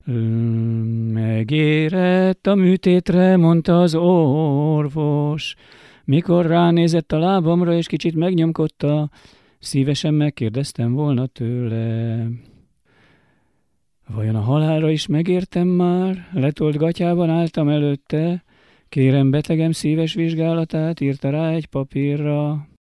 Megérett a műtétre, mondta az orvos. Mikor ránézett a lábamra, és kicsit megnyomkodta, szívesen megkérdeztem volna tőle. Vajon a halálra is megértem már? Letolt gatyában álltam előtte, kérem betegem szíves vizsgálatát, írta rá egy papírra.